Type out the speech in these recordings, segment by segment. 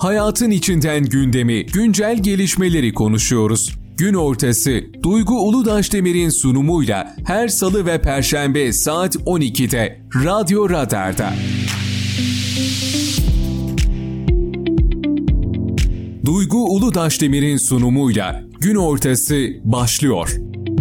Hayatın içinden gündemi, güncel gelişmeleri konuşuyoruz. Gün ortası Duygu Uludaşdemir'in sunumuyla her salı ve perşembe saat 12'de Radyo Radar'da. Duygu Uludaşdemir'in sunumuyla Gün ortası başlıyor.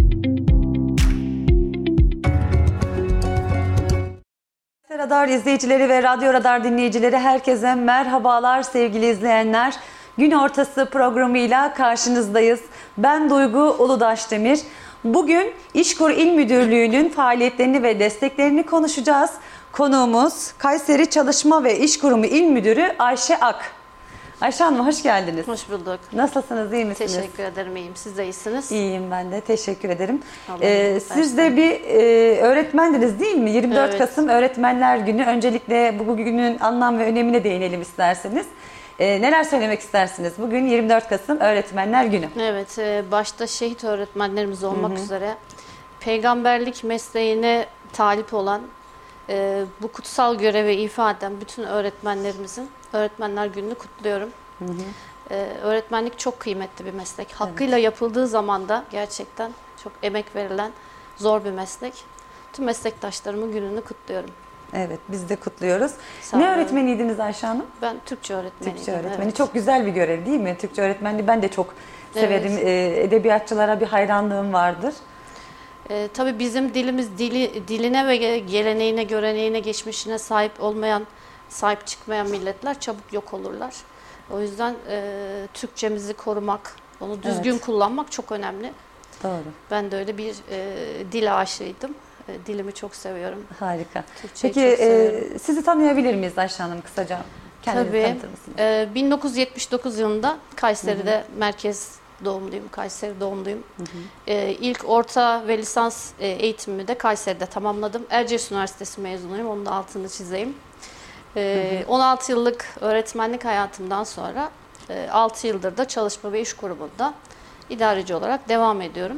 Radar izleyicileri ve Radyo Radar dinleyicileri herkese merhabalar sevgili izleyenler. Gün ortası programıyla karşınızdayız. Ben Duygu Uludaşdemir. Bugün İşkur İl Müdürlüğü'nün faaliyetlerini ve desteklerini konuşacağız. Konuğumuz Kayseri Çalışma ve İş Kurumu İl Müdürü Ayşe Ak. Ayşe Hanım hoş geldiniz. Hoş bulduk. Nasılsınız, iyi misiniz? Teşekkür ederim, iyiyim. Siz de iyisiniz. İyiyim ben de, teşekkür ederim. Siz de bir öğretmendiniz değil mi? 24 Evet. Kasım Öğretmenler Günü. Öncelikle bu günün anlam ve önemine değinelim isterseniz. Neler söylemek istersiniz? Bugün 24 Kasım Öğretmenler Günü. Evet, başta şehit öğretmenlerimiz olmak üzere peygamberlik mesleğine talip olan, bu kutsal görevi ifa eden bütün öğretmenlerimizin Öğretmenler Günü'nü kutluyorum. Öğretmenlik çok kıymetli bir meslek. Hakkıyla yapıldığı zaman da gerçekten çok emek verilen zor bir meslek. Tüm meslektaşlarımın gününü kutluyorum. Evet, biz de kutluyoruz. Sağ Ne olun. öğretmeniydiniz Ayşe Hanım? Ben Türkçe öğretmeniyim. Türkçe öğretmeni. Evet. Çok güzel bir görev değil mi? Türkçe öğretmenliği ben de çok severim. Evet. Edebiyatçılara bir hayranlığım vardır. Tabii bizim dilimiz diline ve geleneğine, göreneğine, geçmişine sahip çıkmayan milletler çabuk yok olurlar. O yüzden Türkçemizi korumak, onu düzgün kullanmak çok önemli. Doğru. Ben de öyle bir dil aşığıydım. Dilimi çok seviyorum. Harika. Türkçeyi Peki çok severim. sizi tanıyabilir miyiz Ayşe Hanım kısaca? Kendinizi Tabii. tanıtır mısınız? 1979 yılında Kayseri'de merkez doğumluyum, Kayseri doğumluyum. İlk orta ve lisans eğitimimi de Kayseri'de tamamladım. Erciyes Üniversitesi mezunuyum, onun da altını çizeyim. 16 yıllık öğretmenlik hayatımdan sonra 6 yıldır da Çalışma ve İş Kurumu'nda idareci olarak devam ediyorum.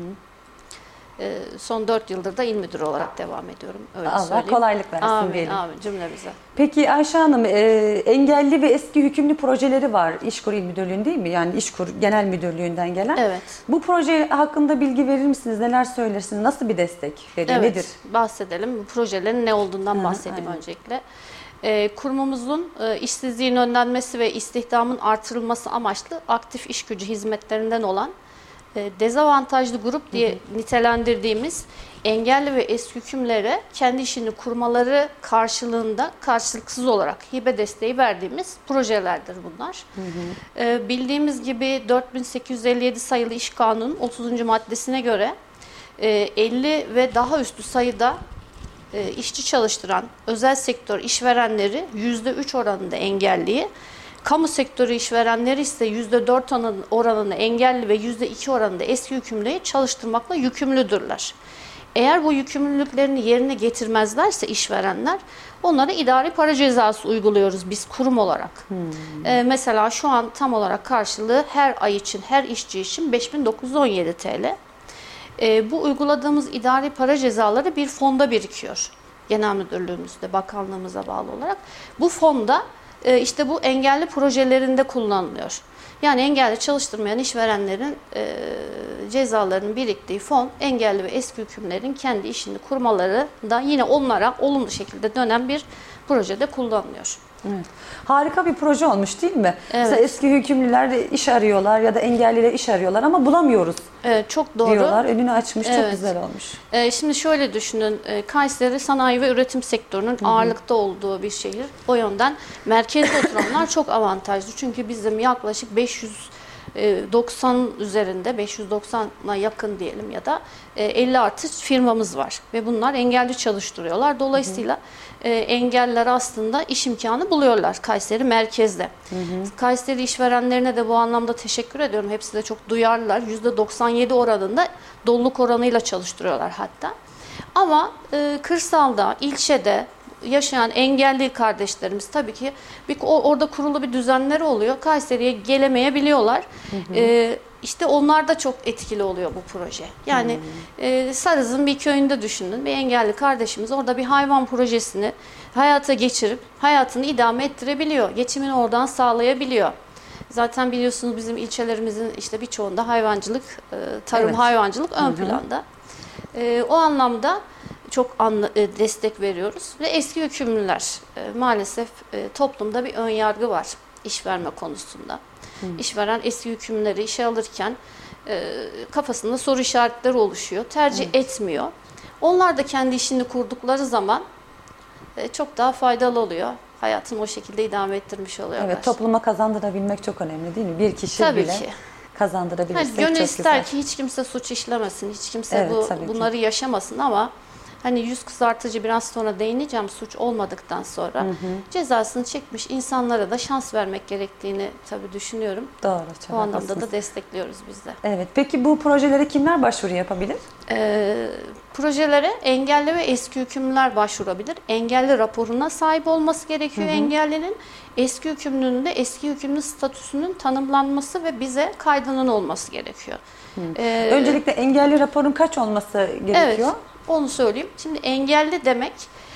Son 4 yıldır da il müdürü olarak devam ediyorum. Öyle Allah söyleyeyim. kolaylık versin Amin, diyelim. amin cümlemize. Peki Ayşe Hanım, engelli ve eski hükümlü projeleri var İşkur İl Müdürlüğü'nün değil mi? Yani İşkur Genel Müdürlüğü'nden gelen. Evet. Bu proje hakkında bilgi verir misiniz? Neler söylersiniz? Nasıl bir destek veriyor? Evet, Nedir? bahsedelim. Bu projelerin ne olduğundan bahsedeyim aynen. öncelikle. Kurumumuzun işsizliğin önlenmesi ve istihdamın artırılması amaçlı aktif iş gücü hizmetlerinden olan dezavantajlı grup diye nitelendirdiğimiz engelli ve eski hükümlere kendi işini kurmaları karşılığında karşılıksız olarak hibe desteği verdiğimiz projelerdir bunlar. Bildiğimiz gibi 4857 sayılı İş Kanunu'nun 30. maddesine göre 50 ve daha üstü sayıda işçi çalıştıran özel sektör işverenleri %3 oranında engelliyi, kamu sektörü işverenleri ise %4 oranında engelli ve %2 oranında eski hükümlüyü çalıştırmakla yükümlüdürler. Eğer bu yükümlülüklerini yerine getirmezlerse işverenler onlara idari para cezası uyguluyoruz biz kurum olarak. Mesela şu an tam olarak karşılığı her ay için, her işçi için 5.917 TL. Bu uyguladığımız idari para cezaları bir fonda birikiyor. Genel Müdürlüğümüzde, bakanlığımıza bağlı olarak. Bu fonda işte bu engelli projelerinde kullanılıyor. Yani engelli çalıştırmayan işverenlerin cezalarının biriktiği fon, engelli ve eski hükümlerin kendi işini kurmaları da yine onlara olumlu şekilde dönen bir projede kullanılıyor. Evet. Harika bir proje olmuş değil mi? Evet. Mesela eski hükümlüler iş arıyorlar ya da engelliler iş arıyorlar ama bulamıyoruz Çok doğru. diyorlar. Önünü açmış, çok Evet. güzel olmuş. Şimdi şöyle düşünün, Kayseri sanayi ve üretim sektörünün ağırlıkta olduğu bir şehir. O yönden merkezde oturanlar çok avantajlı. Çünkü bizim yaklaşık 590 üzerinde, 590'a yakın diyelim ya da 50 artı firmamız var. Ve bunlar engelli çalıştırıyorlar. Dolayısıyla engelliler aslında iş imkanı buluyorlar Kayseri merkezde. Kayseri işverenlerine de bu anlamda teşekkür ediyorum. Hepsi de çok duyarlılar. %97 oranında doluluk oranıyla çalıştırıyorlar hatta. Ama kırsalda, ilçede yaşayan engelli kardeşlerimiz tabii ki orada kurulu bir düzenleri oluyor. Kayseri'ye gelemeyebiliyorlar. İşte onlar da çok etkili oluyor bu proje. Yani Sarız'ın bir köyünde düşünün. Bir engelli kardeşimiz orada bir hayvan projesini hayata geçirip hayatını idame ettirebiliyor. Geçimini oradan sağlayabiliyor. Zaten biliyorsunuz bizim ilçelerimizin işte birçoğunda hayvancılık, tarım, Evet. hayvancılık ön planda. O anlamda çok destek veriyoruz. Ve eski hükümlüler, maalesef toplumda bir ön yargı var iş verme konusunda. İşveren eski hükümlüleri işe alırken kafasında soru işaretleri oluşuyor. Tercih etmiyor. Onlar da kendi işini kurdukları zaman çok daha faydalı oluyor. Hayatını o şekilde idame ettirmiş oluyorlar. Evet, topluma kazandırabilmek çok önemli değil mi? Bir kişi Tabii bile ki. kazandırabilirsek Gönül çok ister güzel. ki hiç kimse suç işlemesin, hiç kimse Evet, tabii ki. bunları yaşamasın ama hani yüz kızartıcı, biraz sonra değineceğim, suç olmadıktan sonra cezasını çekmiş insanlara da şans vermek gerektiğini tabii düşünüyorum. Doğru, çok Bu anlamda haklısınız. da destekliyoruz biz de. Evet, peki bu projelere kimler başvuru yapabilir? Projelere engelli ve eski hükümlüler başvurabilir. Engelli raporuna sahip olması gerekiyor engellinin. Eski hükümlünün de eski hükümlü statüsünün tanımlanması ve bize kaydının olması gerekiyor. Öncelikle engelli raporun kaç olması gerekiyor? Evet, onu söyleyeyim. Şimdi engelli demek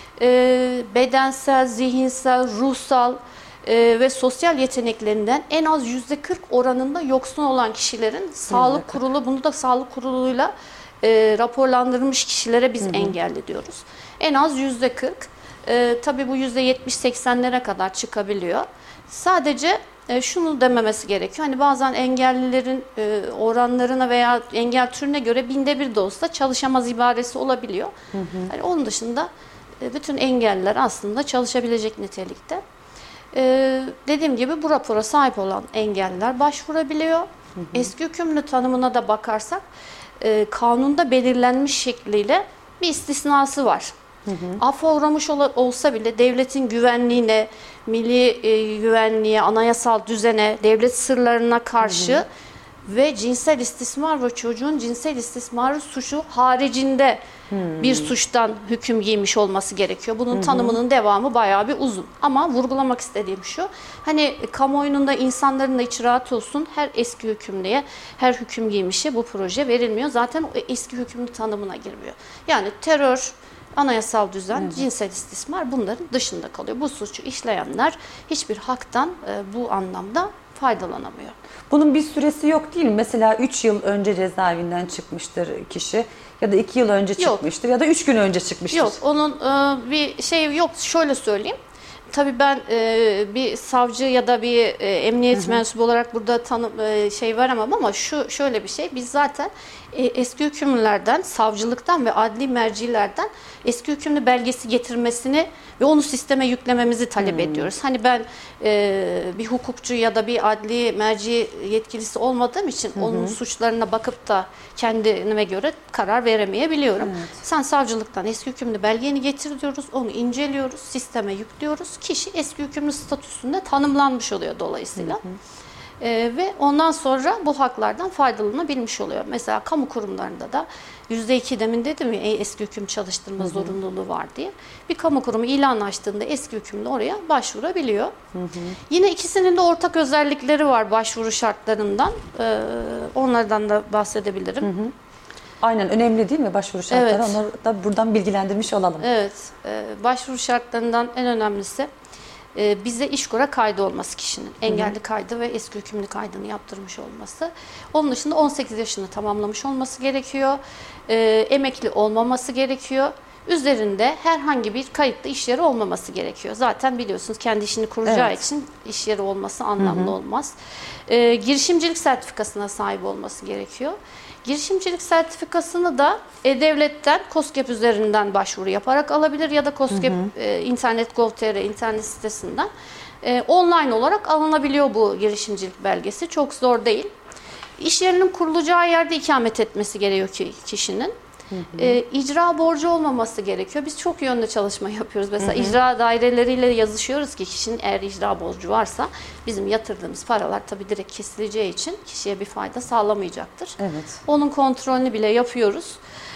bedensel, zihinsel, ruhsal ve sosyal yeteneklerinden en az %40 oranında yoksun olan kişilerin sağlık kurulu, bunu da sağlık kuruluyla raporlandırılmış kişilere biz engelli diyoruz. En az %40. Tabii bu %70-80'lere kadar çıkabiliyor. Sadece şunu dememesi gerekiyor. Hani bazen engellilerin oranlarına veya engel türüne göre binde bir de olsa çalışamaz ibaresi olabiliyor. Yani onun dışında bütün engelliler aslında çalışabilecek nitelikte. Dediğim gibi bu rapora sahip olan engelliler başvurabiliyor. Eski hükümlü tanımına da bakarsak kanunda belirlenmiş şekliyle bir istisnası var. Affa uğramış olsa bile devletin güvenliğine, milli güvenliğe, anayasal düzene, devlet sırlarına karşı ve cinsel istismar ve çocuğun cinsel istismarı suçu haricinde bir suçtan hüküm giymiş olması gerekiyor. Bunun tanımının devamı bayağı bir uzun. Ama vurgulamak istediğim şu, hani kamuoyunun da insanların da içi rahat olsun, her eski hükümlüye, her hüküm giymişe bu proje verilmiyor. Zaten o eski hükümlü tanımına girmiyor. Yani terör, anayasal düzen, cinsel istismar bunların dışında kalıyor. Bu suçu işleyenler hiçbir haktan bu anlamda faydalanamıyor. Bunun bir süresi yok değil mi? Mesela 3 yıl önce cezaevinden çıkmıştır kişi ya da 2 yıl önce çıkmıştır ya da 3 gün önce çıkmıştır. Yok, onun bir şey yok. Şöyle söyleyeyim. Tabii ben bir savcı ya da bir emniyet mensubu olarak burada şey veremem ama şöyle bir şey. Biz zaten eski hükümlülerden, savcılıktan ve adli mercilerden eski hükümlü belgesi getirmesini ve onu sisteme yüklememizi talep ediyoruz. Hani ben bir hukukçu ya da bir adli merci yetkilisi olmadığım için onun suçlarına bakıp da kendime göre karar veremeyebiliyorum. Sen savcılıktan eski hükümlü belgeni getir diyoruz, onu inceliyoruz, sisteme yüklüyoruz. Kişi eski hükümlü statüsünde tanımlanmış oluyor dolayısıyla. Ve ondan sonra bu haklardan faydalanabilmiş oluyor. Mesela kamu kurumlarında da %2 demin dedim ya eski hüküm çalıştırma zorunluluğu var diye. Bir kamu kurumu ilan açtığında eski hükümlü oraya başvurabiliyor. Yine ikisinin de ortak özellikleri var başvuru şartlarından. Onlardan da bahsedebilirim. Aynen, önemli değil mi başvuru şartları? Evet. Onları da buradan bilgilendirmiş olalım. Evet, başvuru şartlarından en önemlisi bize İşkur'a kaydı olması kişinin. Engelli kaydı ve eski hükümlü kaydını yaptırmış olması. Onun dışında 18 yaşını tamamlamış olması gerekiyor. Emekli olmaması gerekiyor. Üzerinde herhangi bir kayıtlı iş yeri olmaması gerekiyor. Zaten biliyorsunuz kendi işini kuracağı için iş yeri olması anlamlı olmaz. Girişimcilik sertifikasına sahip olması gerekiyor. Girişimcilik sertifikasını da E-Devlet'ten KOSGEB üzerinden başvuru yaparak alabilir ya da KOSGEB internet.gov.tr internet sitesinden online olarak alınabiliyor bu girişimcilik belgesi. Çok zor değil. İş yerinin kurulacağı yerde ikamet etmesi gerekiyor kişinin. İcra borcu olmaması gerekiyor. Biz çok yönlü çalışma yapıyoruz. Mesela icra daireleriyle yazışıyoruz ki kişinin eğer icra borcu varsa bizim yatırdığımız paralar tabii direkt kesileceği için kişiye bir fayda sağlamayacaktır. Evet. Onun kontrolünü bile yapıyoruz.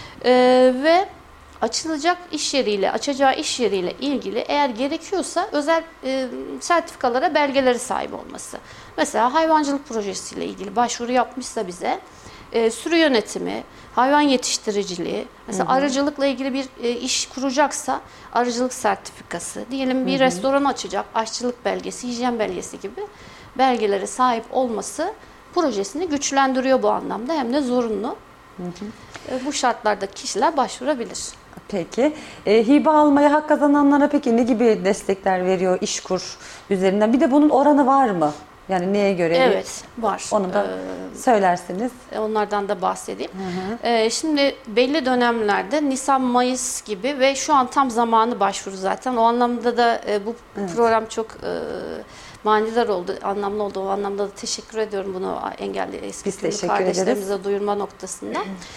Ve açacağı iş yeriyle ilgili eğer gerekiyorsa özel sertifikalara, belgelere sahip olması. Mesela hayvancılık projesiyle ilgili başvuru yapmışsa bize sürü yönetimi, hayvan yetiştiriciliği, mesela arıcılıkla ilgili bir iş kuracaksa arıcılık sertifikası, diyelim bir restoran açacak, aşçılık belgesi, hijyen belgesi gibi belgelere sahip olması projesini güçlendiriyor bu anlamda, hem de zorunlu. Bu şartlarda kişiler başvurabilir. Peki. Hibe almaya hak kazananlara peki ne gibi destekler veriyor İşkur üzerinden? Bir de bunun oranı var mı? Yani neye göre? Evet, var. Onu da söylerseniz. Onlardan da bahsedeyim. Şimdi belli dönemlerde Nisan, Mayıs gibi ve şu an tam zamanı başvuru zaten. O anlamda da bu program çok manidar oldu, anlamlı oldu. O anlamda da teşekkür ediyorum bunu engelli eski kardeşlerimize duyurma noktasında.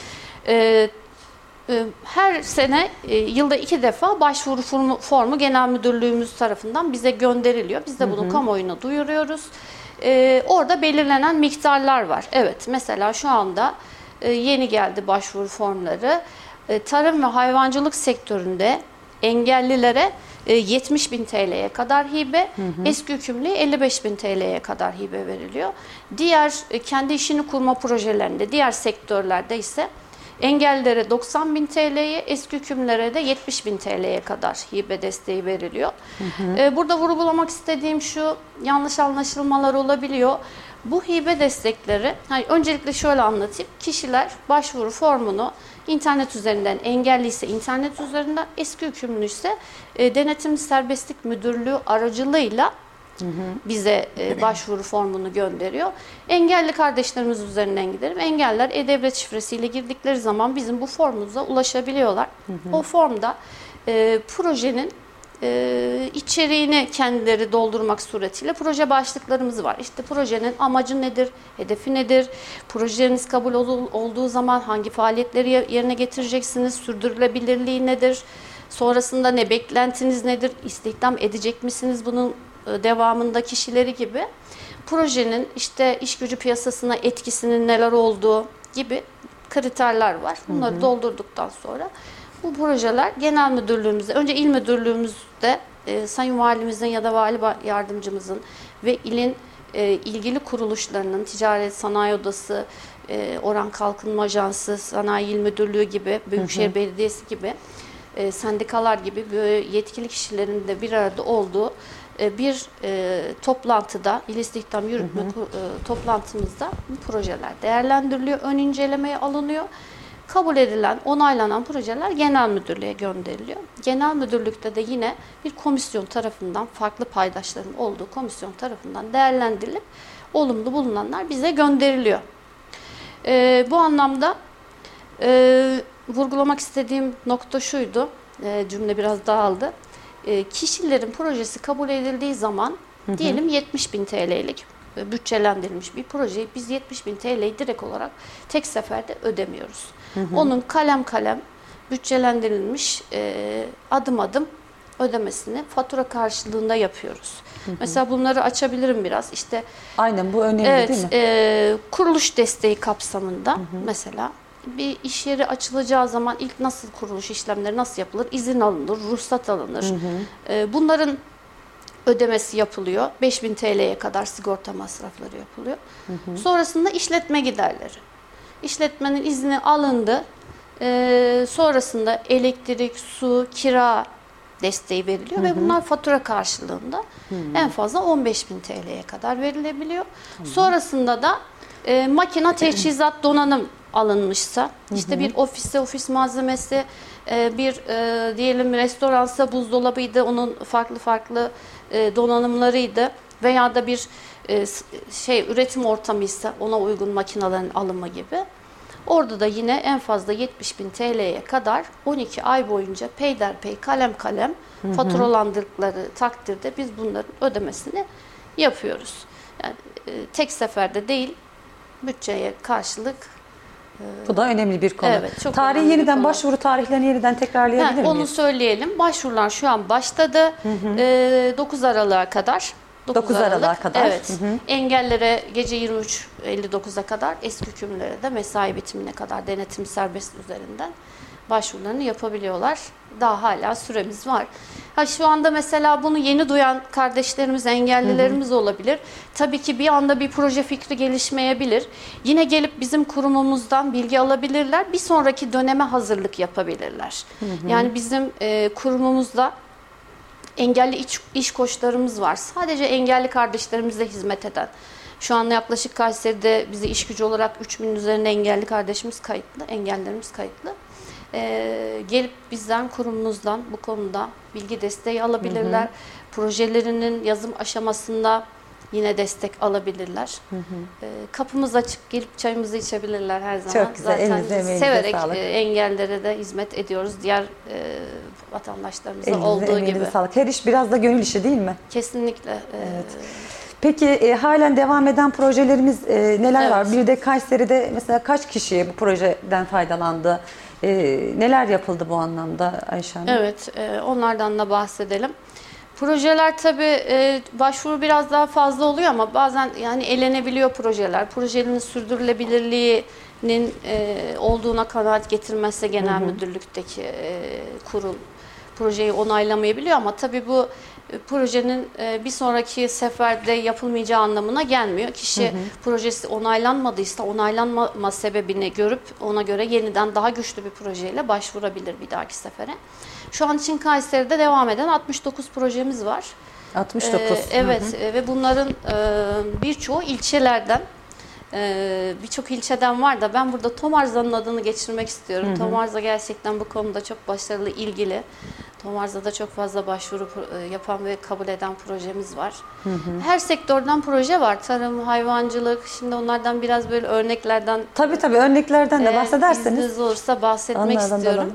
Her sene yılda 2 defa başvuru formu Genel Müdürlüğümüz tarafından bize gönderiliyor. Biz de bunu kamuoyuna duyuruyoruz. Orada belirlenen miktarlar var. Evet, mesela şu anda yeni geldi başvuru formları. Tarım ve hayvancılık sektöründe engellilere 70.000 TL'ye kadar hibe, eski hükümlüye 55.000 TL'ye kadar hibe veriliyor. Diğer kendi işini kurma projelerinde, diğer sektörlerde ise engellilere 90.000 TL'ye, eski hükümlere de 70.000 TL'ye kadar hibe desteği veriliyor. Burada vurgulamak istediğim şu, yanlış anlaşılmalar olabiliyor. Bu hibe destekleri, öncelikle şöyle anlatayım. Kişiler başvuru formunu internet üzerinden, engelliyse internet üzerinden, eski hükümlüyse Denetim Serbestlik Müdürlüğü aracılığıyla bize başvuru formunu gönderiyor. Engelli kardeşlerimiz üzerinden gidelim. Engelliler E-Devlet şifresiyle girdikleri zaman bizim bu formumuza ulaşabiliyorlar. O formda projenin içeriğini kendileri doldurmak suretiyle proje başlıklarımız var. İşte projenin amacı nedir, hedefi nedir, projeniz kabul olduğu zaman hangi faaliyetleri yerine getireceksiniz, sürdürülebilirliği nedir, sonrasında ne beklentiniz nedir, istihdam edecek misiniz bunun devamında kişileri gibi, projenin işte iş gücü piyasasına etkisinin neler olduğu gibi kriterler var. Bunları doldurduktan sonra bu projeler genel müdürlüğümüzde, önce il müdürlüğümüzde Sayın Valimizin ya da Vali Yardımcımızın ve ilin ilgili kuruluşlarının, Ticaret Sanayi Odası, Oran Kalkınma Ajansı, Sanayi İl Müdürlüğü gibi, Büyükşehir Belediyesi gibi, sendikalar gibi yetkili kişilerin de bir arada olduğu bir toplantıda, İl İstihdam Yürütme toplantımızda bu projeler değerlendiriliyor, ön incelemeye alınıyor. Kabul edilen, onaylanan projeler genel müdürlüğe gönderiliyor. Genel müdürlükte de yine bir komisyon tarafından, farklı paydaşların olduğu komisyon tarafından değerlendirilip olumlu bulunanlar bize gönderiliyor. Bu anlamda vurgulamak istediğim nokta şuydu, cümle biraz dağıldı. Kişilerin projesi kabul edildiği zaman diyelim 70.000 TL'lik bütçelendirilmiş bir projeyi biz 70.000 TL'yi direkt olarak tek seferde ödemiyoruz. Onun kalem kalem bütçelendirilmiş adım adım ödemesini fatura karşılığında yapıyoruz. Mesela bunları açabilirim biraz. İşte aynen, bu önemli değil mi? Kuruluş desteği kapsamında mesela bir iş yeri açılacağı zaman ilk nasıl kuruluş işlemleri nasıl yapılır? İzin alınır, ruhsat alınır. Bunların ödemesi yapılıyor. 5.000 TL'ye kadar sigorta masrafları yapılıyor. Sonrasında işletme giderleri. İşletmenin izni alındı. Sonrasında elektrik, su, kira desteği veriliyor ve bunlar fatura karşılığında en fazla 15.000 TL'ye kadar verilebiliyor. Sonrasında da makine, teçhizat, donanım alınmışsa, işte bir ofiste ofis malzemesi, bir diyelim restoransa buzdolabıydı, onun farklı farklı donanımlarıydı veya da bir üretim ortamıysa ona uygun makinelerin alımı gibi. Orada da yine en fazla 70.000 TL'ye kadar 12 ay boyunca peyderpey kalem kalem faturalandırdıkları takdirde biz bunların ödemesini yapıyoruz. Yani tek seferde değil, bütçeye karşılık. Bu da önemli bir konu. Evet, çok Tarihi yeniden, başvuru tarihlerini yeniden tekrarlayabilir miyiz? Onu söyleyelim. Başvurular şu an başladı. 9 Aralık'a kadar. 9 Aralık'a kadar. Evet. Engellere gece 23.59'a kadar, eski hükümlere de mesai bitimine kadar denetim serbest üzerinden başvurularını yapabiliyorlar. Daha hala süremiz var. Şu anda mesela bunu yeni duyan kardeşlerimiz, engellilerimiz olabilir. Tabii ki bir anda bir proje fikri gelişmeyebilir. Yine gelip bizim kurumumuzdan bilgi alabilirler. Bir sonraki döneme hazırlık yapabilirler. Yani bizim kurumumuzda engelli iş koçlarımız var. Sadece engelli kardeşlerimize hizmet eden. Şu an yaklaşık Kayseri'de bizi iş gücü olarak 3000'in üzerinde engelli kardeşimiz kayıtlı, engellerimiz kayıtlı. Gelip bizden, kurumumuzdan bu konuda bilgi desteği alabilirler. Projelerinin yazım aşamasında yine destek alabilirler. Kapımız açık, gelip çayımızı içebilirler her zaman. Çok güzel, zaten elinize, emeğinize severek sağlık. engellilere de hizmet ediyoruz. Diğer vatandaşlarımıza Elinize, olduğu emeğinize gibi. sağlık. Her iş biraz da gönül işi değil mi? Kesinlikle. Peki halen devam eden projelerimiz neler Evet. var? Bir de Kayseri'de mesela kaç kişi bu projeden faydalandı? Neler yapıldı bu anlamda Ayşe Hanım? Evet, onlardan da bahsedelim. Projeler tabii başvuru biraz daha fazla oluyor ama bazen yani elenebiliyor projeler. Projenin sürdürülebilirliğinin olduğuna kanaat getirmezse genel müdürlükteki kurul projeyi onaylamayabiliyor ama tabii bu projenin bir sonraki seferde yapılmayacağı anlamına gelmiyor. Kişi projesi onaylanmadıysa onaylanma sebebini görüp ona göre yeniden daha güçlü bir projeyle başvurabilir bir dahaki sefere. Şu an için Kayseri'de devam eden 69 projemiz var. 69. Evet ve bunların birçoğu ilçelerden. Birçok ilçeden var da ben burada Tomarza'nın adını geçirmek istiyorum. Tomarza gerçekten bu konuda çok başarılı, ilgili. Tomarza'da çok fazla başvuru yapan ve kabul eden projemiz var. Her sektörden proje var. Tarım, hayvancılık, şimdi onlardan biraz böyle örneklerden Tabii örneklerden de bahsederseniz. İzniniz olursa bahsetmek Onlardan istiyorum.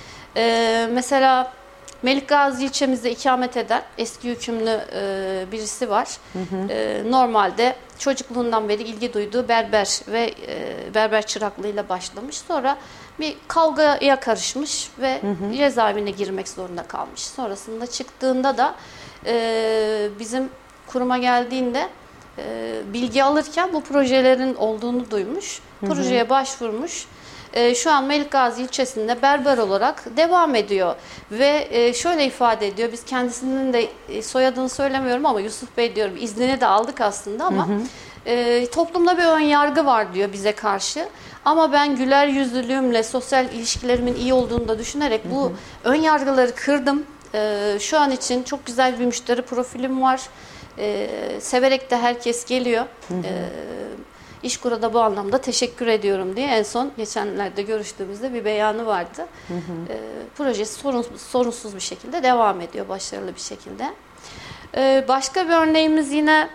Mesela Melikgazi ilçemizde ikamet eden eski hükümlü birisi var. Normalde çocukluğundan beri ilgi duyduğu berber ve berber çıraklığıyla başlamış. Sonra bir kavgaya karışmış ve cezaevine girmek zorunda kalmış. Sonrasında çıktığında da bizim kuruma geldiğinde bilgi alırken bu projelerin olduğunu duymuş. Projeye başvurmuş. Şu an Melikgazi ilçesinde berber olarak devam ediyor ve şöyle ifade ediyor, biz kendisinin de soyadını söylemiyorum ama Yusuf Bey diyorum, iznini de aldık aslında ama toplumda bir ön yargı var diyor bize karşı ama ben güler yüzlülüğümle sosyal ilişkilerimin iyi olduğunu da düşünerek bu ön yargıları kırdım. Şu an için çok güzel bir müşteri profilim var, severek de herkes geliyor. İşkur'a da bu anlamda teşekkür ediyorum diye en son geçenlerde görüştüğümüzde bir beyanı vardı. Projesi sorunsuz bir şekilde devam ediyor, başarılı bir şekilde. Başka bir örneğimiz yine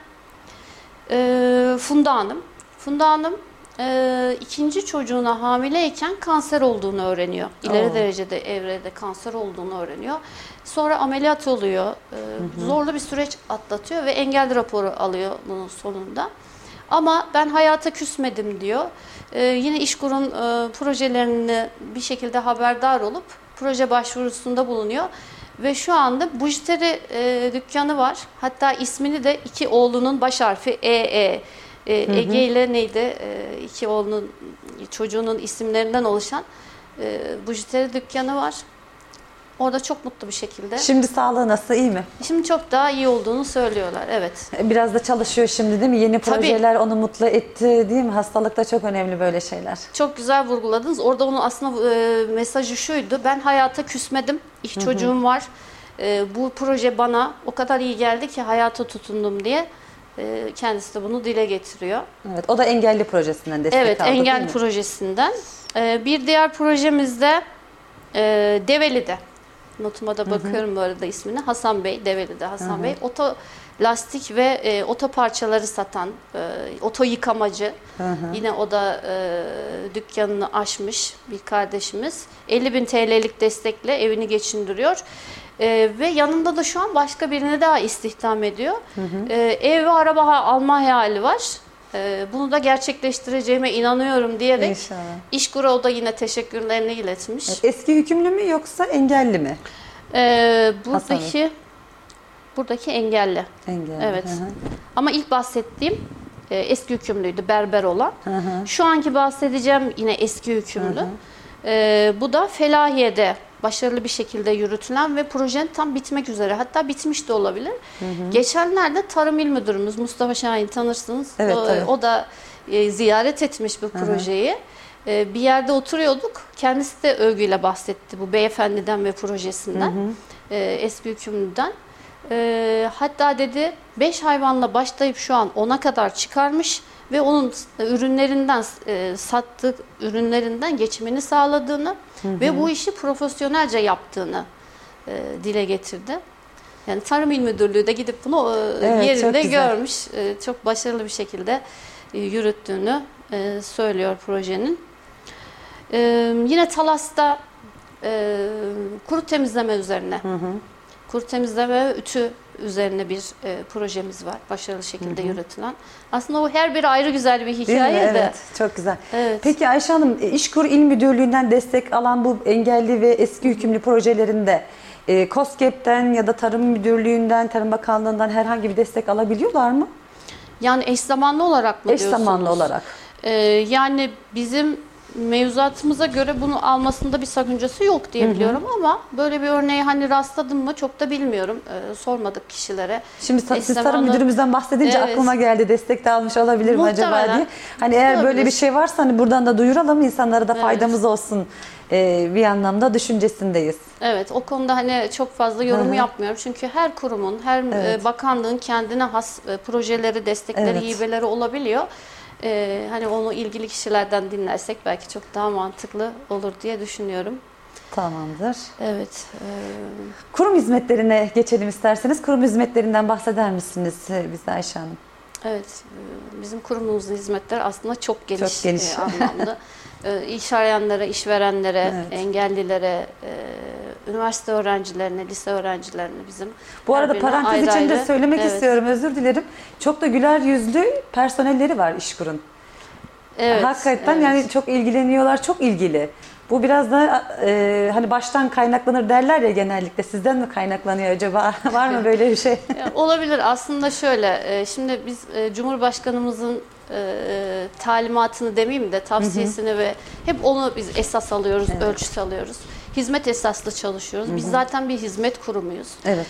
Funda Hanım. Funda Hanım ikinci çocuğuna hamileyken kanser olduğunu öğreniyor. İleri derecede evrede kanser olduğunu öğreniyor. Sonra ameliyat oluyor. Zorlu bir süreç atlatıyor ve engel raporu alıyor bunun sonunda. Ama ben hayata küsmedim diyor. Yine İşkur'un projelerini bir şekilde haberdar olup proje başvurusunda bulunuyor. Ve şu anda bujiteri dükkanı var. Hatta ismini de iki oğlunun baş harfi EE. Ege ile neydi? İki oğlunun, çocuğunun isimlerinden oluşan bujiteri dükkanı var. Orada çok mutlu bir şekilde. Şimdi sağlığı nasıl, iyi mi? Şimdi çok daha iyi olduğunu söylüyorlar, evet. Biraz da çalışıyor şimdi değil mi? Yeni Tabii. projeler onu mutlu etti değil mi? Hastalıkta çok önemli böyle şeyler. Çok güzel vurguladınız. Orada onun aslında mesajı şuydu. Ben hayata küsmedim. İki çocuğum var. Bu proje bana o kadar iyi geldi ki hayata tutundum diye. Kendisi de bunu dile getiriyor. Evet, o da engelli projesinden destek Evet, aldı engel değil mi? projesinden. Bir diğer projemiz de Develi'de. Notuma da bakıyorum bu arada ismine. Hasan Bey, Develi'de Hasan Bey. Oto lastik ve oto parçaları satan, oto yıkamacı. Yine o da dükkanını açmış bir kardeşimiz. 50.000 TL'lik destekle evini geçindiriyor. Ve yanında da şu an başka birini daha istihdam ediyor. Ev ve araba alma hayali var. Bunu da gerçekleştireceğime inanıyorum diyerek İnşallah. İşkur'a o da yine teşekkürlerini iletmiş. Evet, eski hükümlü mü yoksa engelli mi? Buradaki engelli. Engelli. Evet. Ama ilk bahsettiğim eski hükümlüydü, berber olan. Şu anki bahsedeceğim yine eski hükümlü. Bu da Felahiye'de başarılı bir şekilde yürütülen ve projenin tam bitmek üzere. Hatta bitmiş de olabilir. Geçenlerde Tarım İl Müdürümüz Mustafa Şahin, tanırsınız. Evet, o da ziyaret etmiş bu projeyi. Bir yerde oturuyorduk. Kendisi de övgüyle bahsetti bu beyefendiden ve projesinden. Eski hükümlüden. Hatta dedi 5 hayvanla başlayıp şu an 10'a kadar çıkarmış ve onun ürünlerinden sattığı ürünlerinden geçimini sağladığını ve bu işi profesyonelce yaptığını dile getirdi. Yani Tarım İl Müdürlüğü de gidip bunu yerinde görmüş. Çok başarılı bir şekilde yürüttüğünü söylüyor projenin. Yine Talas'ta kuru temizleme üzerine, kuru temizleme ve ütü üzerine bir projemiz var. Başarılı şekilde yürütülen. Aslında o her biri ayrı güzel bir hikaye de. Evet, çok güzel. Evet. Peki Ayşe Hanım, İşkur İl Müdürlüğü'nden destek alan bu engelli ve eski hükümlü projelerinde KOSGEB'den ya da Tarım Müdürlüğü'nden, Tarım Bakanlığı'ndan herhangi bir destek alabiliyorlar mı? Yani eş zamanlı olarak mı diyorsunuz? Eş zamanlı olarak. Yani bizim mevzuatımıza göre bunu almasında bir sakıncası yok diye biliyorum ama böyle bir örneği hani rastladım mı çok da bilmiyorum. Sormadık kişilere. Şimdi siz Tarım Müdürümüzden bahsedince aklıma geldi, destek de almış olabilir mi acaba diye. Hani eğer böyle bir şey varsa hani buradan da duyuralım, insanlara da faydamız olsun bir anlamda düşüncesindeyiz. Evet, o konuda hani çok fazla yorum yapmıyorum. Çünkü her kurumun, her bakanlığın kendine has projeleri, destekleri, hibeleri olabiliyor. Hani onu ilgili kişilerden dinlersek belki çok daha mantıklı olur diye düşünüyorum. Tamamdır. Evet. Kurum hizmetlerine geçelim isterseniz. Kurum hizmetlerinden bahseder misiniz bize Ayşe Hanım? Evet. Bizim kurumumuzun hizmetleri aslında çok geniş. Anlamda. İş arayanlara, işverenlere, engellilere, üniversite öğrencilerine, lise öğrencilerine bizim. Bu arada parantez içinde söylemek istiyorum, özür dilerim. Çok da güler yüzlü personelleri var İşkur'un. Evet, hakikaten yani çok ilgileniyorlar, çok ilgili. Bu biraz da hani baştan kaynaklanır derler ya genellikle. Sizden mi kaynaklanıyor acaba? Var mı böyle bir şey? Olabilir. Aslında şöyle, şimdi biz Cumhurbaşkanımızın talimatını demeyeyim de tavsiyesini ve hep onu biz esas alıyoruz, ölçüt alıyoruz. Hizmet esaslı çalışıyoruz. Biz zaten bir hizmet kurumuyuz. Evet.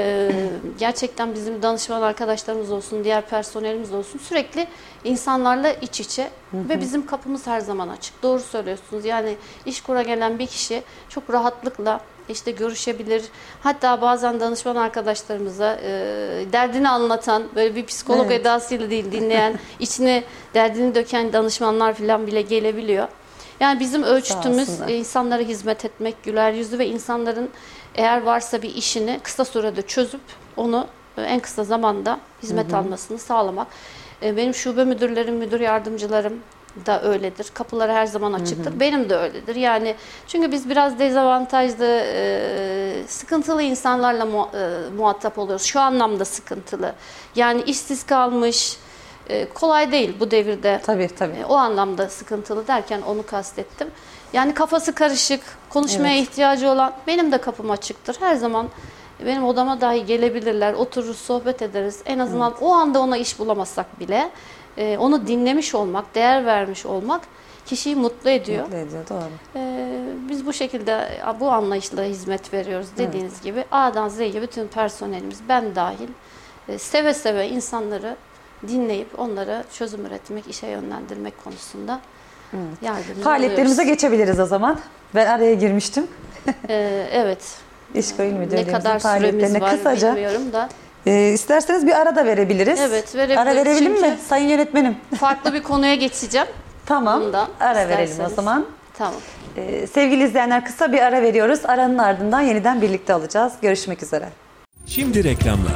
Gerçekten bizim danışman arkadaşlarımız olsun, diğer personelimiz olsun sürekli insanlarla iç içe ve bizim kapımız her zaman açık. Doğru söylüyorsunuz. Yani İşkur'a gelen bir kişi çok rahatlıkla işte görüşebilir. Hatta bazen danışman arkadaşlarımıza derdini anlatan, böyle bir psikolog edasıyla değil dinleyen, içine derdini döken danışmanlar falan bile gelebiliyor. Yani bizim ölçütümüz insanlara hizmet etmek, güler yüzlü ve insanların eğer varsa bir işini kısa sürede çözüp onu en kısa zamanda hizmet almasını sağlamak. Benim şube müdürlerim, müdür yardımcılarım da öyledir. Kapıları her zaman açıktır. Benim de öyledir. Yani çünkü biz biraz dezavantajlı, sıkıntılı insanlarla muhatap oluyoruz. Şu anlamda sıkıntılı. Yani işsiz kalmış, kolay değil bu devirde. Tabii. O anlamda sıkıntılı derken onu kastettim. Yani kafası karışık, konuşmaya ihtiyacı olan benim de kapım açıktır. Her zaman benim odama dahi gelebilirler. Otururuz, sohbet ederiz. En azından o anda ona iş bulamasak bile onu dinlemiş olmak, değer vermiş olmak kişiyi mutlu ediyor. Mutlu ediyor, doğru. Biz bu şekilde, bu anlayışla hizmet veriyoruz. Dediğiniz gibi A'dan Z'ye bütün personelimiz, ben dahil, seve seve insanları dinleyip onlara çözüm üretmek, işe yönlendirmek konusunda yardımcı faaliyetlerimize geçebiliriz o zaman. Ben araya girmiştim. Evet. İşkur İl Müdürlüğümüzün ne kadar süremiz var kısaca bilmiyorum da. İsterseniz bir ara da verebiliriz. Evet, verebiliriz. Ara verelim mi Sayın Yönetmenim? Farklı bir konuya geçeceğim. Tamam. Bundan, ara verelim o zaman. Tamam. Sevgili izleyenler, kısa bir ara veriyoruz. Aranın ardından yeniden birlikte olacağız. Görüşmek üzere. Şimdi reklamlar.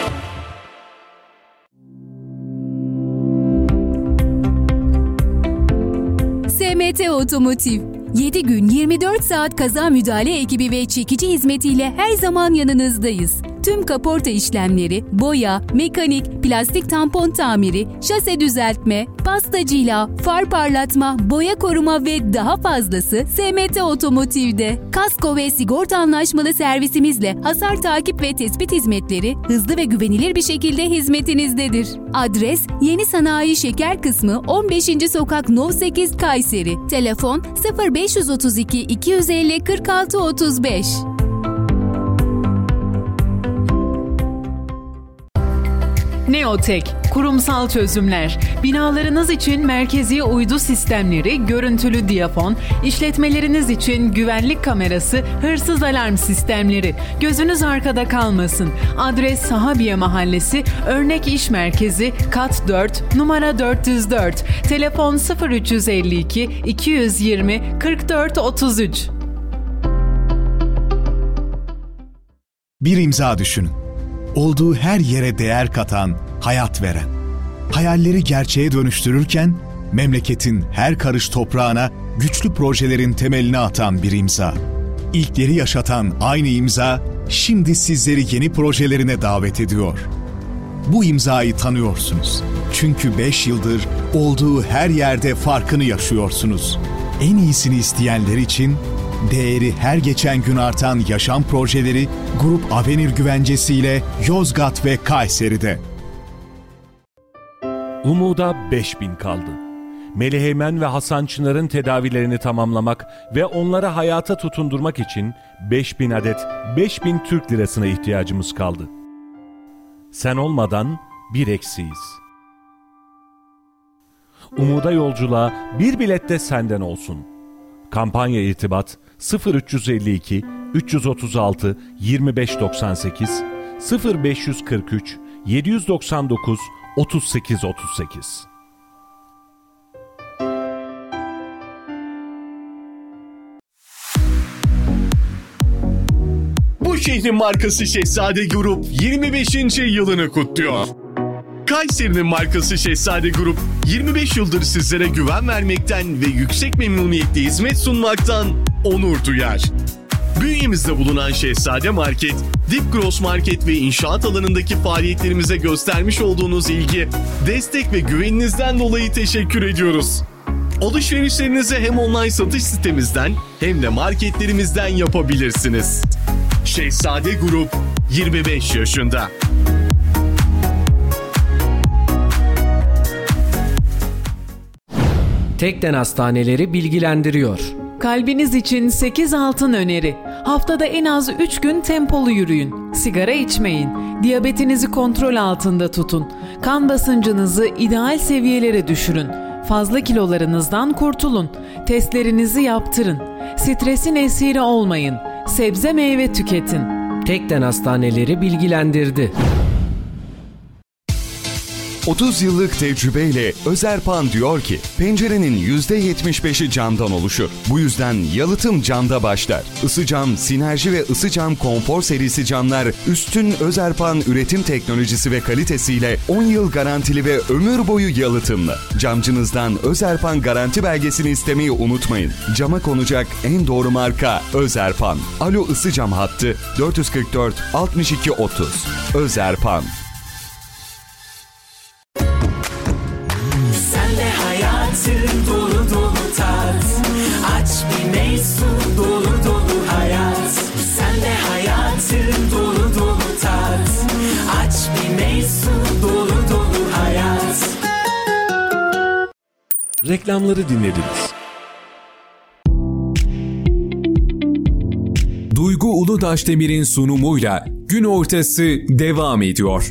SMT Otomotiv 7 gün 24 saat kaza müdahale ekibi ve çekici hizmetiyle her zaman yanınızdayız. tüm kaporta işlemleri, boya, mekanik, plastik tampon tamiri, şase düzeltme, pasta cila, far parlatma, boya koruma ve daha fazlası SMT Otomotiv'de. Kasko ve sigorta anlaşmalı servisimizle hasar takip ve tespit hizmetleri hızlı ve güvenilir bir şekilde hizmetinizdedir. Adres Yeni Sanayi Şeker Kısmı 15. Sokak No 8 Kayseri. Telefon 0532 250 46 35. Neotek, kurumsal çözümler, binalarınız için merkezi uydu sistemleri, görüntülü diyafon, işletmeleriniz için güvenlik kamerası, hırsız alarm sistemleri. Gözünüz arkada kalmasın. Adres Sahabiye Mahallesi, Örnek İş Merkezi, Kat 4, numara 404. Telefon 0352 220 44 33. Bir imza düşünün. Olduğu her yere değer katan, hayat veren. Hayalleri gerçeğe dönüştürürken, memleketin her karış toprağına güçlü projelerin temelini atan bir imza. İlkleri yaşatan aynı imza, şimdi sizleri yeni projelerine davet ediyor. Bu imzayı tanıyorsunuz. Çünkü 5 yıldır olduğu her yerde farkını yaşıyorsunuz. En iyisini isteyenler için değeri her geçen gün artan yaşam projeleri Grup Avenir güvencesiyle Yozgat ve Kayseri'de. Umuda 5000 kaldı. Meliheymen ve Hasan Çınar'ın tedavilerini tamamlamak ve onları hayata tutundurmak için 5000 adet 5000 Türk lirasına ihtiyacımız kaldı. Sen olmadan bir eksiyiz. Umuda yolculuğa bir bilet de senden olsun. Kampanya irtibat 0352 336 2598 0543 799 3838. Bu şehrin markası Şehzade Grup 25. yılını kutluyor. Kayseri'nin markası Şehzade Grup 25 yıldır sizlere güven vermekten ve yüksek memnuniyetle hizmet sunmaktan onur duyar. Bünyemizde bulunan Şehzade Market, Dip Gross Market ve inşaat alanındaki faaliyetlerimize göstermiş olduğunuz ilgi, destek ve güveninizden dolayı teşekkür ediyoruz. Alışverişlerinizi hem online satış sitemizden hem de marketlerimizden yapabilirsiniz. Şehzade Grup 25 yaşında. Tekden Hastaneleri bilgilendiriyor. Kalbiniz için 8 altın öneri. Haftada en az 3 gün tempolu yürüyün. Sigara içmeyin. Diyabetinizi kontrol altında tutun. Kan basıncınızı ideal seviyelere düşürün. Fazla kilolarınızdan kurtulun. Testlerinizi yaptırın. Stresin esiri olmayın. Sebze meyve tüketin. Tekden Hastaneleri bilgilendirdi. 30 yıllık tecrübeyle Özerpan diyor ki, pencerenin %75'i camdan oluşur. Bu yüzden yalıtım camda başlar. Isıcam, Sinerji ve Isıcam Konfor serisi camlar üstün Özerpan üretim teknolojisi ve kalitesiyle 10 yıl garantili ve ömür boyu yalıtımlı. Camcınızdan Özerpan garanti belgesini istemeyi unutmayın. Cama konacak en doğru marka Özerpan. Alo Isıcam hattı 444 62 30. Özerpan. Dolu dolu tat, aç bir meysu dolu dolu hayat. Sen de hayatın dolu dolu tat, aç bir meysu dolu dolu hayat. Reklamları dinlediniz. Duygu Uludaşdemir'in sunumuyla Gün Ortası devam ediyor.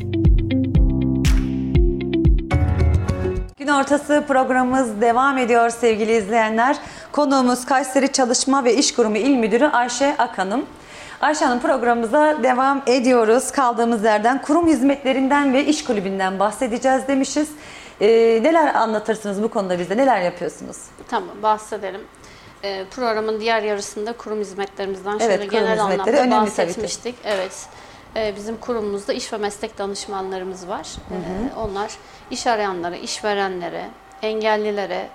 Gün Ortası programımız devam ediyor sevgili izleyenler. Konuğumuz Kayseri Çalışma ve İş Kurumu İl Müdürü Ayşe Akhanım. Ayşe Hanım, programımıza devam ediyoruz. Kaldığımız yerden kurum hizmetlerinden ve iş kulübünden bahsedeceğiz demişiz. Neler anlatırsınız bu konuda bize? Neler yapıyorsunuz? Tamam, bahsedelim. Programın diğer yarısında kurum hizmetlerimizden şöyle genel anlamda bahsetmiştik. Evet. Bizim kurumumuzda iş ve meslek danışmanlarımız var. Onlar iş arayanlara, işverenlere, engellilere,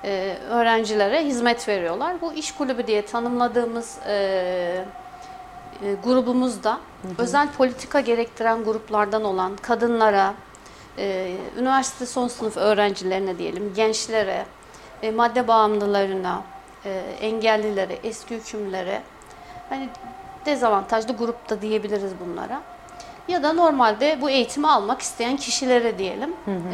öğrencilere hizmet veriyorlar. Bu iş kulübü diye tanımladığımız grubumuzda özel politika gerektiren gruplardan olan kadınlara, üniversite son sınıf öğrencilerine diyelim, gençlere, madde bağımlılarına, engellilere, eski hükümlülere, hani dezavantajlı grupta diyebiliriz bunlara. Ya da normalde bu eğitimi almak isteyen kişilere diyelim,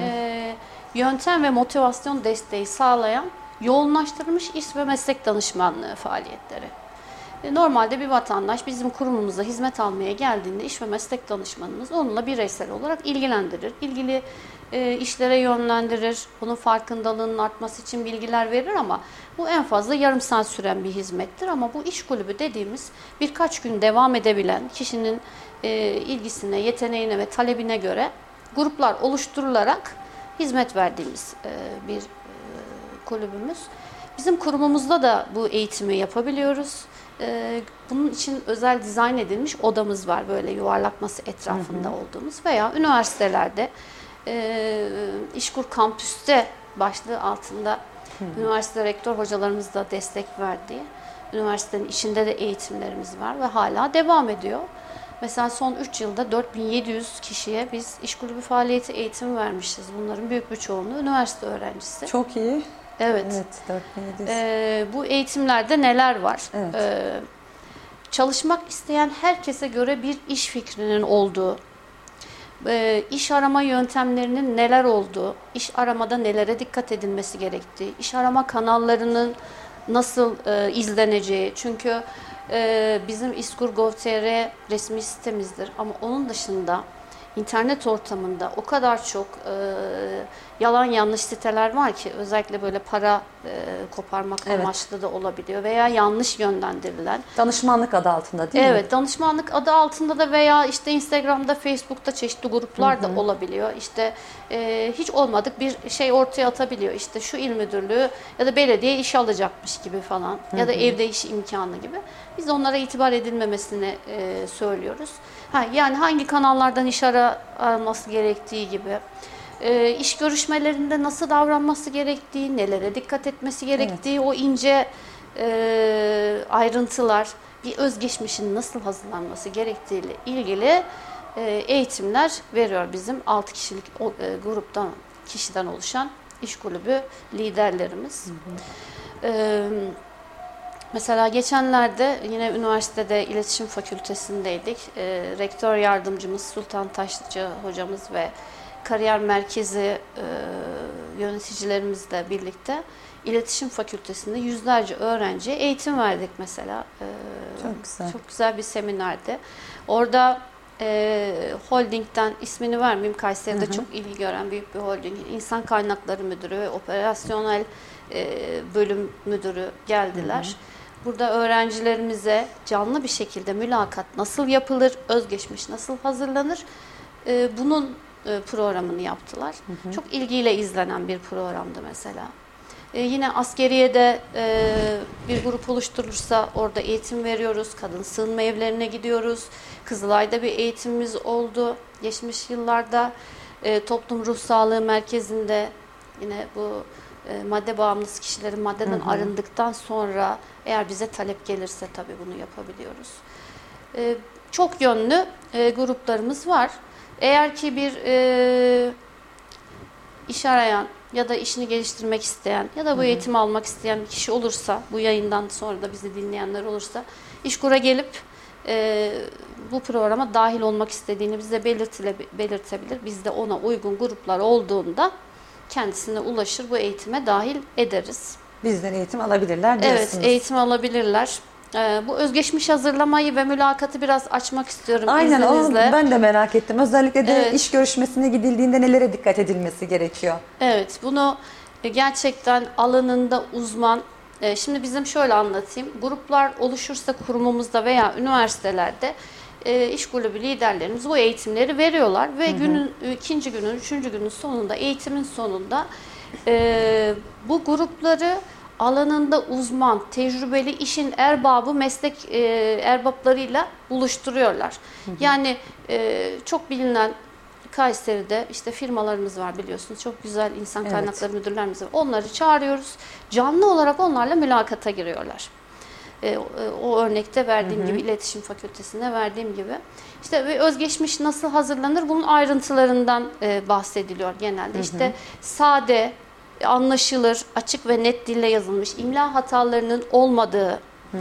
yöntem ve motivasyon desteği sağlayan yoğunlaştırılmış iş ve meslek danışmanlığı faaliyetleri. Normalde bir vatandaş bizim kurumumuza hizmet almaya geldiğinde iş ve meslek danışmanımız onunla bireysel olarak ilgilendirir. İlgili işlere yönlendirir, bunun farkındalığının artması için bilgiler verir ama bu en fazla yarım saat süren bir hizmettir. Ama bu iş kulübü dediğimiz birkaç gün devam edebilen kişinin ilgisine, yeteneğine ve talebine göre gruplar oluşturularak hizmet verdiğimiz bir kulübümüz. Bizim kurumumuzda da bu eğitimi yapabiliyoruz. Bunun için özel dizayn edilmiş odamız var, böyle yuvarlak masa etrafında olduğumuz veya üniversitelerde İşkur Kampüs'te başlığı altında üniversite rektör hocalarımız da destek verdiği, üniversitenin içinde de eğitimlerimiz var ve hala devam ediyor. Mesela son 3 yılda 4700 kişiye biz iş kulübü faaliyeti eğitimi vermişiz. Bunların büyük bir çoğunluğu üniversite öğrencisi. Çok iyi. Evet. 4700. Bu eğitimlerde neler var? Evet. Çalışmak isteyen herkese göre bir iş fikrinin olduğu, iş arama yöntemlerinin neler olduğu, iş aramada nelere dikkat edilmesi gerektiği, iş arama kanallarının nasıl izleneceği. Çünkü bizim iskur.gov.tr resmi sitemizdir ama onun dışında internet ortamında o kadar çok yalan yanlış siteler var ki, özellikle böyle para koparmak amaçlı da olabiliyor veya yanlış yönlendirilen. Danışmanlık adı altında değil mi? Evet, danışmanlık adı altında da veya işte Instagram'da, Facebook'ta çeşitli gruplar da olabiliyor. İşte hiç olmadık bir şey ortaya atabiliyor. İşte şu il müdürlüğü ya da belediye iş alacakmış gibi falan ya da evde iş imkanı gibi. Biz onlara itibar edilmemesini söylüyoruz. Yani hangi kanallardan iş araması gerektiği gibi, iş görüşmelerinde nasıl davranması gerektiği, nelere dikkat etmesi gerektiği, o ince ayrıntılar, bir özgeçmişin nasıl hazırlanması gerektiğiyle ilgili eğitimler veriyor bizim 6 kişilik kişiden oluşan iş kulübü liderlerimiz. Mesela geçenlerde yine üniversitede iletişim fakültesindeydik. Rektör yardımcımız Sultan Taşçı hocamız ve kariyer merkezi yöneticilerimizle birlikte iletişim fakültesinde yüzlerce öğrenciye eğitim verdik mesela. Çok güzel. Çok güzel bir seminerdi. Orada holdingden, ismini vermeyeyim, Kayseri'de çok ilgi gören büyük bir holding, insan kaynakları müdürü ve operasyonel bölüm müdürü geldiler. Burada öğrencilerimize canlı bir şekilde mülakat nasıl yapılır, özgeçmiş nasıl hazırlanır, bunun programını yaptılar. Çok ilgiyle izlenen bir programdı mesela. Yine askeriyede bir grup oluşturulursa orada eğitim veriyoruz. Kadın sığınma evlerine gidiyoruz. Kızılay'da bir eğitimimiz oldu. Geçmiş yıllarda Toplum Ruh Sağlığı Merkezi'nde yine bu madde bağımlısı kişilerin maddeden arındıktan sonra eğer bize talep gelirse tabii bunu yapabiliyoruz. Çok yönlü gruplarımız var. Eğer ki bir iş arayan ya da işini geliştirmek isteyen ya da bu eğitimi almak isteyen bir kişi olursa, bu yayından sonra da bizi dinleyenler olursa, İşkur'a gelip bu programa dahil olmak istediğini bize belirtebilir. Biz de ona uygun gruplar olduğunda kendisine ulaşır, bu eğitime dahil ederiz. Bizden eğitim alabilirler diyorsunuz. Evet, eğitim alabilirler. Bu özgeçmiş hazırlamayı ve mülakatı biraz açmak istiyorum Aynen, izninizle. Aynen, ben de merak ettim. Özellikle de iş görüşmesine gidildiğinde nelere dikkat edilmesi gerekiyor? Evet, bunu gerçekten alanında uzman. Şimdi bizim şöyle anlatayım. Gruplar oluşursa kurumumuzda veya üniversitelerde iş kulübü liderlerimiz bu eğitimleri veriyorlar ve günün ikinci günün, üçüncü günün sonunda, eğitimin sonunda bu grupları alanında uzman, tecrübeli işin erbabı, meslek erbaplarıyla buluşturuyorlar. Yani çok bilinen Kayseri'de işte firmalarımız var biliyorsunuz. Çok güzel insan kaynakları müdürlerimiz var. Onları çağırıyoruz. Canlı olarak onlarla mülakata giriyorlar. O örnekte verdiğim gibi, iletişim fakültesinde verdiğim gibi. İşte ve özgeçmiş nasıl hazırlanır? Bunun ayrıntılarından bahsediliyor genelde. İşte sade, anlaşılır, açık ve net dille yazılmış, imla hatalarının olmadığı,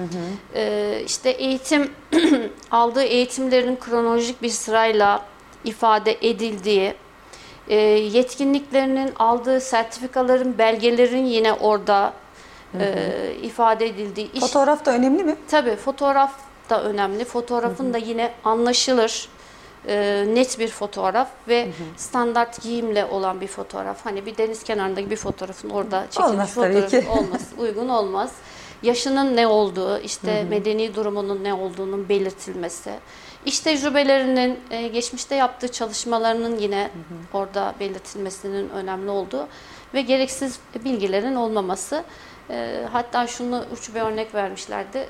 işte aldığı eğitimlerin kronolojik bir sırayla ifade edildiği, yetkinliklerinin aldığı sertifikaların, belgelerin yine orada ifade edildiği. Fotoğraf da önemli mi? Tabii fotoğraf da önemli. Fotoğrafın da yine anlaşılır, net bir fotoğraf ve standart giyimle olan bir fotoğraf. Hani bir deniz kenarındaki bir fotoğrafın orada çekilmiş fotoğrafı uygun olmaz. Yaşının ne olduğu, işte medeni durumunun ne olduğunun belirtilmesi. İş tecrübelerinin, geçmişte yaptığı çalışmalarının yine orada belirtilmesinin önemli olduğu ve gereksiz bilgilerin olmaması. Hatta şunu uç bir örnek vermişlerdi.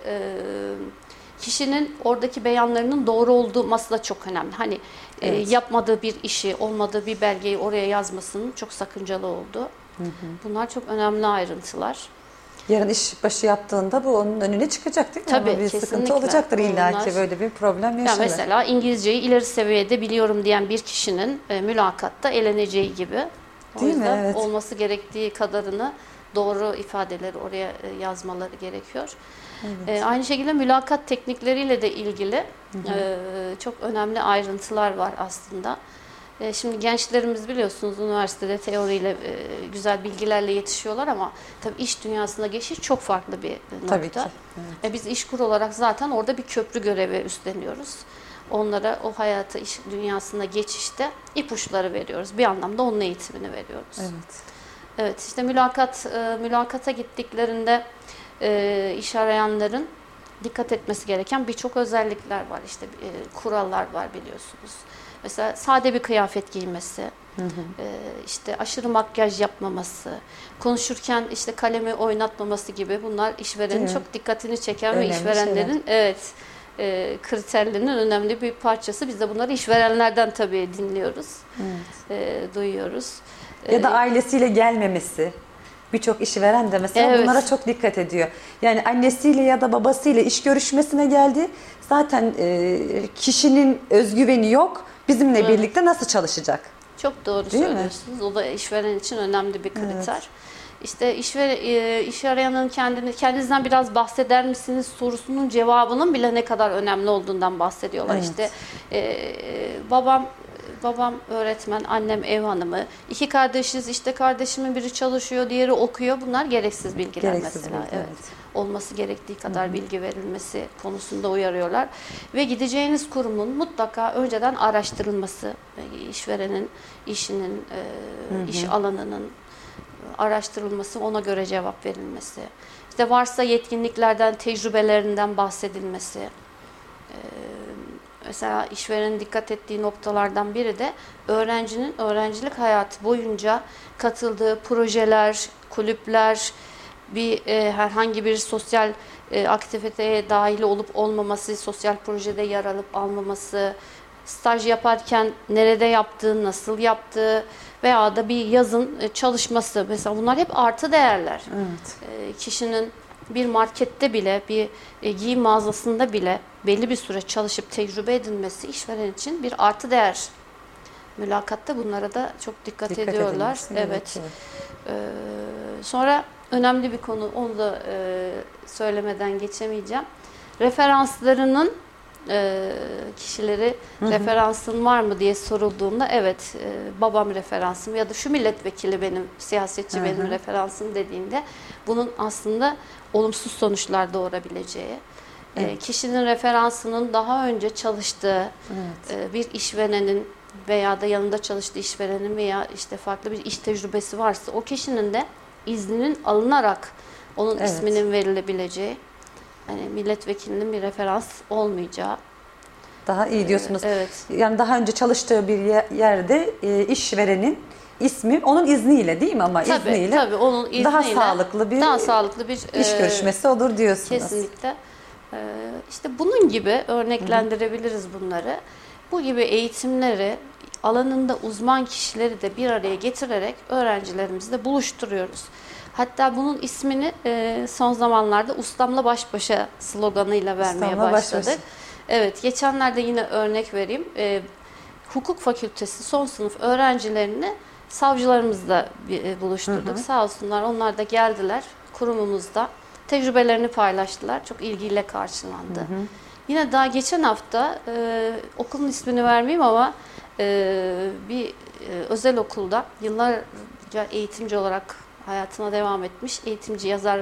Kişinin oradaki beyanlarının doğru olması da çok önemli. Hani yapmadığı bir işi, olmadığı bir belgeyi oraya yazmasının çok sakıncalı olduğu. Bunlar çok önemli ayrıntılar. Yarın iş başı yaptığında bu onun önüne çıkacak değil mi? Tabii, ama bir kesinlikle. sıkıntı olacaktır illaki, böyle bir problem yaşanır. Mesela İngilizceyi ileri seviyede biliyorum diyen bir kişinin mülakatta eleneceği gibi. O yüzden Evet. olması gerektiği kadarını, doğru ifadeleri oraya yazmaları gerekiyor. Evet. Aynı şekilde mülakat teknikleriyle de ilgili çok önemli ayrıntılar var aslında. Şimdi gençlerimiz biliyorsunuz üniversitede teoriyle güzel bilgilerle yetişiyorlar ama tabii iş dünyasına geçiş çok farklı bir nokta. Tabii ki. Evet. Biz İşkur olarak zaten orada bir köprü görevi üstleniyoruz. Onlara o hayata, iş dünyasına geçişte ipuçları veriyoruz. Bir anlamda onun eğitimini veriyoruz. Evet. Evet, işte mülakata gittiklerinde iş arayanların dikkat etmesi gereken birçok özellikler var. İşte kurallar var biliyorsunuz. Mesela sade bir kıyafet giymesi, işte aşırı makyaj yapmaması, konuşurken işte kalemi oynatmaması gibi, bunlar işverenin çok dikkatini çeken önemli ve işverenlerin kriterlerinin önemli bir parçası. Biz de bunları işverenlerden tabii dinliyoruz, duyuyoruz. Ya da ailesiyle gelmemesi. Birçok işveren de mesela bunlara çok dikkat ediyor. Yani annesiyle ya da babasıyla iş görüşmesine geldi. Zaten kişinin özgüveni yok. Bizimle birlikte nasıl çalışacak? Çok doğru söylüyorsunuz. O da işveren için önemli bir kriter. Evet. İşte iş arayanın kendinizden biraz bahseder misiniz sorusunun cevabının bile ne kadar önemli olduğundan bahsediyorlar. Evet. İşte babam öğretmen, annem ev hanımı. 2 kardeşiz, işte kardeşimin biri çalışıyor, diğeri okuyor. Bunlar gereksiz bilgiler mesela. Evet. Olması gerektiği kadar bilgi verilmesi konusunda uyarıyorlar. Ve gideceğiniz kurumun mutlaka önceden araştırılması, işverenin, işinin, iş alanının araştırılması, ona göre cevap verilmesi. İşte varsa yetkinliklerden, tecrübelerinden bahsedilmesi. Mesela işverenin dikkat ettiği noktalardan biri de öğrencinin öğrencilik hayatı boyunca katıldığı projeler, kulüpler, herhangi bir sosyal aktiviteye dahil olup olmaması, sosyal projede yer alıp almaması, staj yaparken nerede yaptığı, nasıl yaptığı veya da bir yazın çalışması. Mesela bunlar hep artı değerler. Evet. Kişinin bir markette bile, bir giyim mağazasında bile belli bir süre çalışıp tecrübe edinmesi işveren için bir artı değer. Mülakatta bunlara da çok dikkat ediyorlar. Evet. Sonra önemli bir konu, onu da söylemeden geçemeyeceğim. Referanslarının kişileri referansın var mı diye sorulduğunda evet babam referansım ya da şu milletvekili benim, siyasetçi benim referansım dediğinde bunun aslında olumsuz sonuçlar doğurabileceği, kişinin referansının daha önce çalıştığı bir işverenin veya da yanında çalıştığı işverenin veya işte farklı bir iş tecrübesi varsa o kişinin de izninin alınarak onun isminin verilebileceği, yani milletvekilinin bir referans olmayacağı. Daha iyi diyorsunuz. Evet. Yani daha önce çalıştığı bir yerde işverenin ismi onun izniyle değil mi, ama izniyle, tabii onun izniyle daha sağlıklı bir iş görüşmesi olur diyorsunuz. Kesinlikle. İşte bunun gibi örneklendirebiliriz bunları. Bu gibi eğitimleri alanında uzman kişileri de bir araya getirerek öğrencilerimizle buluşturuyoruz. Hatta bunun ismini son zamanlarda ustamla baş başa sloganıyla vermeye Ustamla başladık. baş başa. Evet, geçenlerde yine örnek vereyim. Hukuk fakültesi son sınıf öğrencilerini savcılarımızla buluşturduk. Sağ olsunlar, onlar da geldiler kurumumuzda. Tecrübelerini paylaştılar. Çok ilgiyle karşılandı. Yine daha geçen hafta okulun ismini vermeyeyim ama bir özel okulda yıllarca eğitimci olarak hayatına devam etmiş eğitimci yazar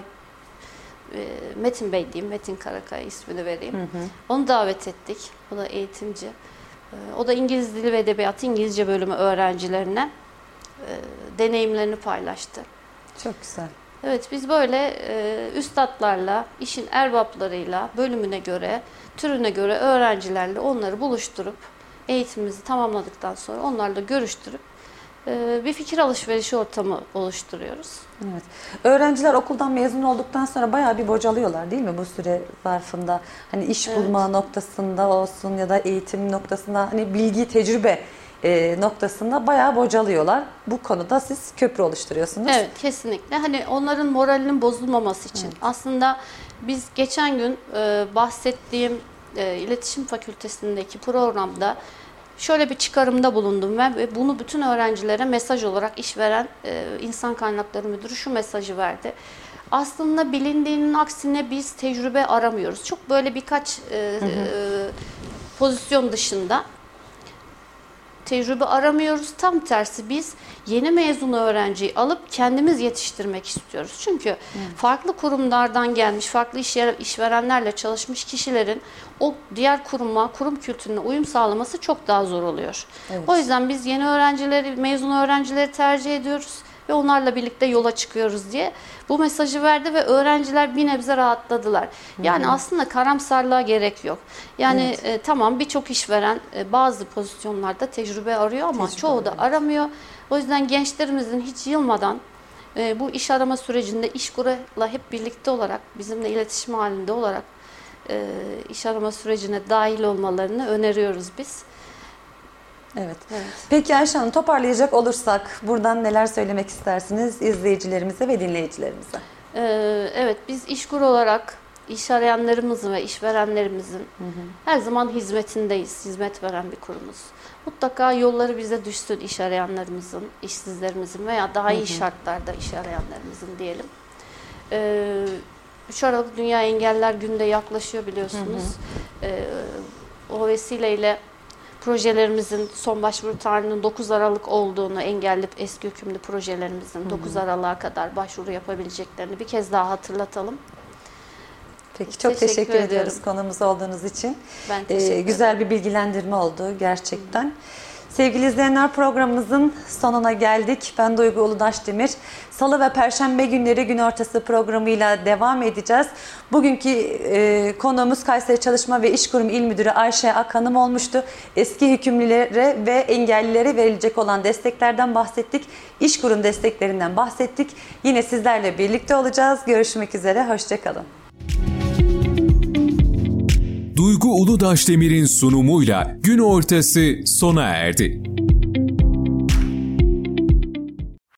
Metin Bey diyeyim, Metin Karakaya ismini vereyim. Onu davet ettik. O da eğitimci. O da İngiliz Dili ve Edebiyatı İngilizce bölümü öğrencilerine deneyimlerini paylaştı. Çok güzel. Evet, biz böyle üstadlarla, işin erbaplarıyla, bölümüne göre, türüne göre öğrencilerle onları buluşturup eğitimimizi tamamladıktan sonra onlarla görüştürüp bir fikir alışverişi ortamı oluşturuyoruz. Evet. Öğrenciler okuldan mezun olduktan sonra bayağı bir bocalıyorlar değil mi bu süre zarfında? Hani iş bulma noktasında olsun ya da eğitim noktasında, hani bilgi, tecrübe noktasında bayağı bocalıyorlar. Bu konuda siz köprü oluşturuyorsunuz. Evet, kesinlikle. Hani onların moralinin bozulmaması için. Evet. Aslında biz geçen gün bahsettiğim İletişim Fakültesindeki programda şöyle bir çıkarımda bulundum ve bunu bütün öğrencilere mesaj olarak işveren İnsan Kaynakları Müdürü şu mesajı verdi. Aslında bilindiğinin aksine biz tecrübe aramıyoruz. Çok böyle birkaç pozisyon dışında tecrübe aramıyoruz. Tam tersi biz yeni mezun öğrenciyi alıp kendimiz yetiştirmek istiyoruz. Çünkü farklı kurumlardan gelmiş, farklı işverenlerle çalışmış kişilerin o diğer kuruma, kurum kültürüne uyum sağlaması çok daha zor oluyor. Evet. O yüzden biz yeni öğrencileri, mezun öğrencileri tercih ediyoruz ve onlarla birlikte yola çıkıyoruz diye bu mesajı verdi ve öğrenciler bir nebze rahatladılar. Yani aslında karamsarlığa gerek yok. Yani tamam, birçok işveren bazı pozisyonlarda tecrübe arıyor ama çoğu da aramıyor. O yüzden gençlerimizin hiç yılmadan bu iş arama sürecinde İşkur'la hep birlikte olarak, bizimle iletişim halinde olarak iş arama sürecine dahil olmalarını öneriyoruz biz. Evet. Peki Ayşe Hanım, toparlayacak olursak buradan neler söylemek istersiniz izleyicilerimize ve dinleyicilerimize? Evet, biz İşkur olarak iş arayanlarımızın ve işverenlerimizin her zaman hizmetindeyiz. Hizmet veren bir kurumuz. Mutlaka yolları bize düşsün iş arayanlarımızın, işsizlerimizin veya daha iyi şartlarda iş arayanlarımızın diyelim. 3 Aralık Dünya Engeller Günü'nde yaklaşıyor biliyorsunuz. O vesileyle projelerimizin son başvuru tarihinin 9 Aralık olduğunu, engelli eski hükümlü projelerimizin 9 Aralık'a kadar başvuru yapabileceklerini bir kez daha hatırlatalım. Peki, çok teşekkür ediyoruz konumuz olduğunuz için. Ben teşekkür ederim. Güzel bir bilgilendirme oldu gerçekten. Sevgili izleyenler, programımızın sonuna geldik. Ben Duygu Uludaşdemir. Salı ve Perşembe günleri gün ortası programıyla devam edeceğiz. Bugünkü konuğumuz Kayseri Çalışma ve İş Kurumu İl Müdürü Ayşe Akhanım olmuştu. Eski hükümlülere ve engellilere verilecek olan desteklerden bahsettik. İş kurum desteklerinden bahsettik. Yine sizlerle birlikte olacağız. Görüşmek üzere, hoşçakalın. Duygu Uludaşdemir'in sunumuyla gün ortası sona erdi.